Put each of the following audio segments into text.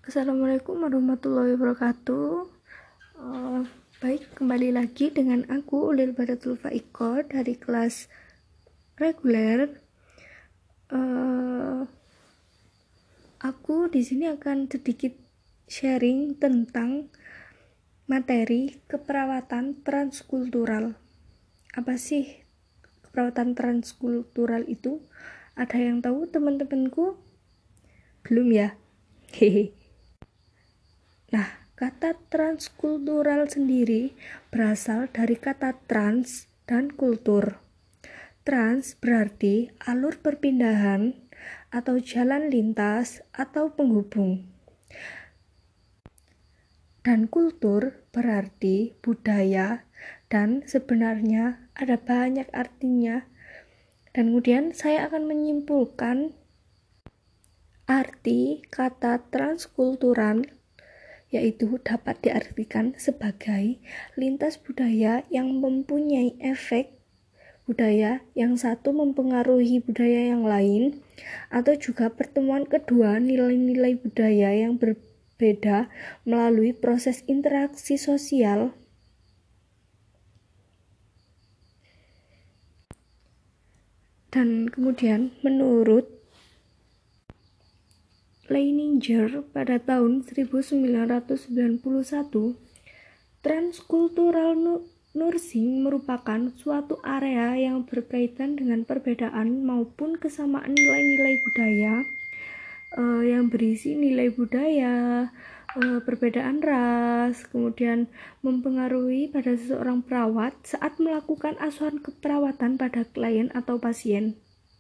Assalamualaikum warahmatullahi wabarakatuh. Baik, kembali lagi dengan aku Ulil Badatul Faiko dari kelas reguler. Aku di sini akan sedikit sharing tentang materi keperawatan transkultural. Apa sih keperawatan transkultural itu? Ada yang tahu teman-temanku? Belum ya? Hehe. Nah, kata transkultural sendiri berasal dari kata trans dan kultur. Trans berarti alur perpindahan atau jalan lintas atau penghubung. Dan kultur berarti budaya, dan sebenarnya ada banyak artinya. Dan kemudian saya akan menyimpulkan arti kata transkultural, yaitu dapat diartikan sebagai lintas budaya yang mempunyai efek budaya yang satu mempengaruhi budaya yang lain, atau juga pertemuan kedua nilai-nilai budaya yang berbeda melalui proses interaksi sosial. Dan kemudian menurut Leininger pada tahun 1991, transkultural nursing merupakan suatu area yang berkaitan dengan perbedaan maupun kesamaan nilai-nilai budaya yang berisi nilai budaya, perbedaan ras, kemudian mempengaruhi pada seseorang perawat saat melakukan asuhan keperawatan pada klien atau pasien.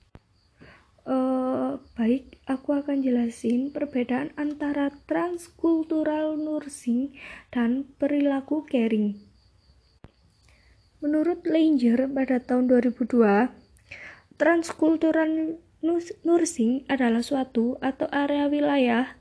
Baik, aku akan jelasin perbedaan antara transkultural nursing dan perilaku caring. Menurut Leininger pada tahun 2002, transkultural nursing adalah suatu atau area wilayah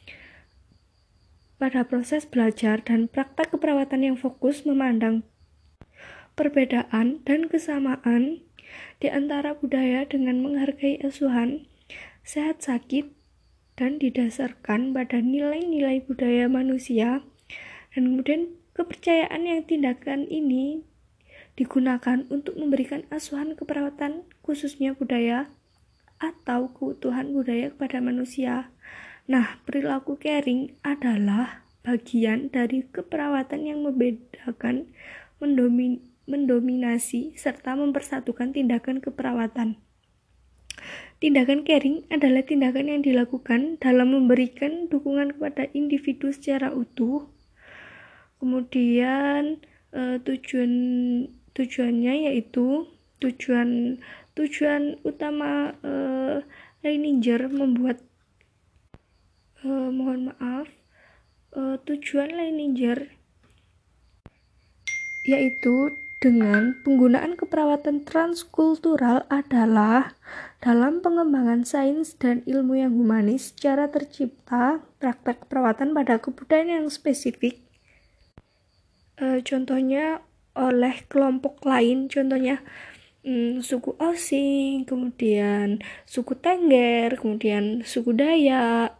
pada proses belajar dan praktek keperawatan yang fokus memandang perbedaan dan kesamaan di antara budaya dengan menghargai asuhan sehat sakit dan didasarkan pada nilai-nilai budaya manusia, dan kemudian kepercayaan yang tindakan ini digunakan untuk memberikan asuhan keperawatan khususnya budaya atau keutuhan budaya kepada manusia. Nah, perilaku caring adalah bagian dari keperawatan yang membedakan, mendominasi, serta mempersatukan tindakan keperawatan. Tindakan caring adalah tindakan yang dilakukan dalam memberikan dukungan kepada individu secara utuh. Kemudian tujuannya yaitu tujuan utama Leininger membuat tujuan Leininger yaitu dengan penggunaan keperawatan transkultural adalah dalam pengembangan sains dan ilmu yang humanis secara tercipta praktek perawatan pada kebudayaan yang spesifik, contohnya oleh kelompok lain, contohnya suku Osing, kemudian suku Tengger, kemudian suku Dayak.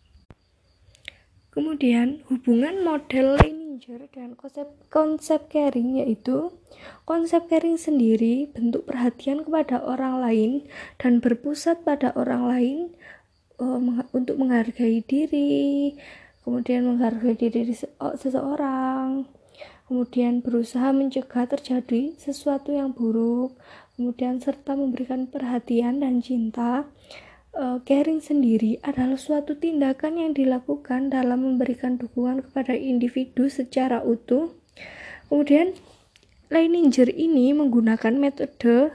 Kemudian hubungan model Leininger dan konsep caring, yaitu konsep caring sendiri bentuk perhatian kepada orang lain dan berpusat pada orang lain untuk menghargai diri, kemudian menghargai diri seseorang, kemudian berusaha mencegah terjadi sesuatu yang buruk, kemudian serta memberikan perhatian dan cinta. Caring sendiri adalah suatu tindakan yang dilakukan dalam memberikan dukungan kepada individu secara utuh. Kemudian Leininger ini menggunakan metode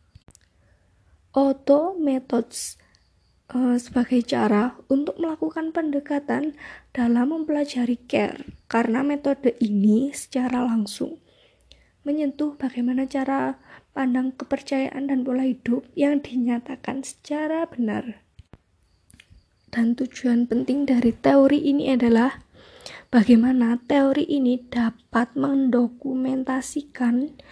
Otto methods sebagai cara untuk melakukan pendekatan dalam mempelajari care, karena metode ini secara langsung menyentuh bagaimana cara pandang kepercayaan dan pola hidup yang dinyatakan secara benar. Dan tujuan penting dari teori ini adalah bagaimana teori ini dapat mendokumentasikan,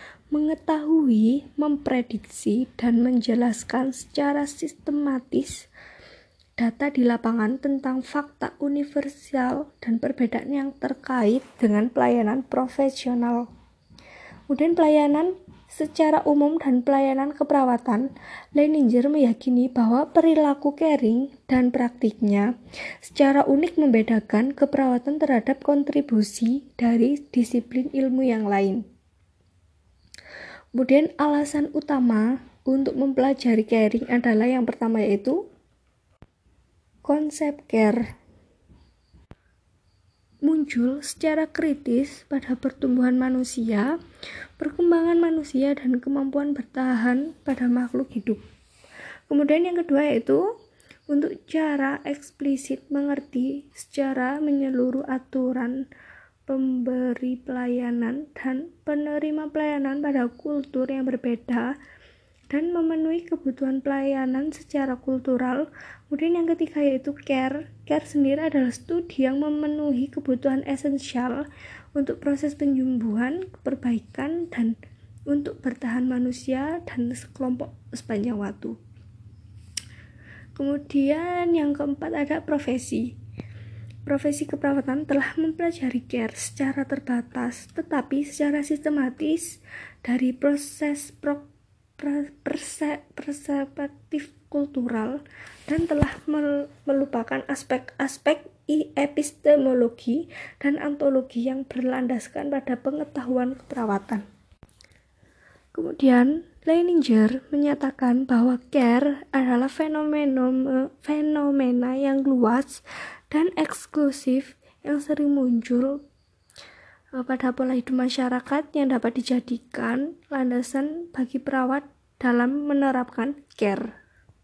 mengetahui, memprediksi, dan menjelaskan secara sistematis data di lapangan tentang fakta universal dan perbedaan yang terkait dengan pelayanan profesional. Kemudian pelayanan secara umum dan pelayanan keperawatan, Leininger meyakini bahwa perilaku caring dan praktiknya secara unik membedakan keperawatan terhadap kontribusi dari disiplin ilmu yang lain. Kemudian alasan utama untuk mempelajari caring adalah yang pertama yaitu konsep care muncul secara kritis pada pertumbuhan manusia, perkembangan manusia, dan kemampuan bertahan pada makhluk hidup. Kemudian yang kedua yaitu untuk cara eksplisit mengerti secara menyeluruh aturan pemberi pelayanan dan penerima pelayanan pada kultur yang berbeda dan memenuhi kebutuhan pelayanan secara kultural. Kemudian yang ketiga yaitu care. Care sendiri adalah studi yang memenuhi kebutuhan esensial untuk proses penyembuhan, perbaikan, dan untuk bertahan manusia dan sekelompok sepanjang waktu. Kemudian yang keempat ada profesi. Profesi keperawatan telah mempelajari care secara terbatas tetapi secara sistematis dari proses perspektif kultural dan telah melupakan aspek-aspek epistemologi dan ontologi yang berlandaskan pada pengetahuan keperawatan. Kemudian Leininger menyatakan bahwa care adalah fenomena yang luas dan eksklusif yang sering muncul pada pola hidup masyarakat yang dapat dijadikan landasan bagi perawat dalam menerapkan care.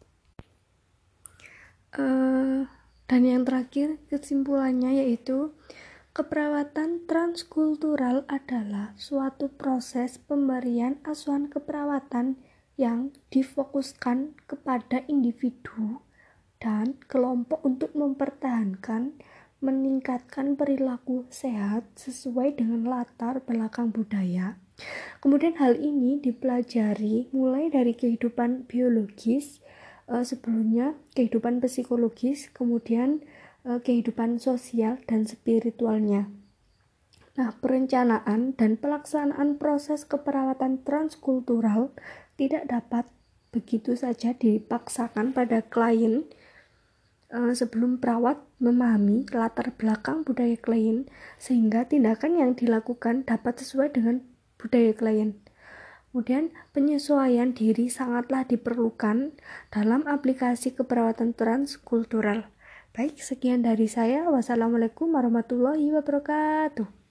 Dan yang terakhir kesimpulannya yaitu keperawatan transkultural adalah suatu proses pemberian asuhan keperawatan yang difokuskan kepada individu dan kelompok untuk mempertahankan meningkatkan perilaku sehat sesuai dengan latar belakang budaya. Kemudian hal ini dipelajari mulai dari kehidupan biologis, sebelumnya kehidupan psikologis, kemudian kehidupan sosial dan spiritualnya. Nah, perencanaan dan pelaksanaan proses keperawatan transkultural tidak dapat begitu saja dipaksakan pada klien sebelum perawat memahami latar belakang budaya klien sehingga tindakan yang dilakukan dapat sesuai dengan budaya klien. Kemudian penyesuaian diri sangatlah diperlukan dalam aplikasi keperawatan transkultural. Baik, sekian dari saya. Wassalamualaikum warahmatullahi wabarakatuh.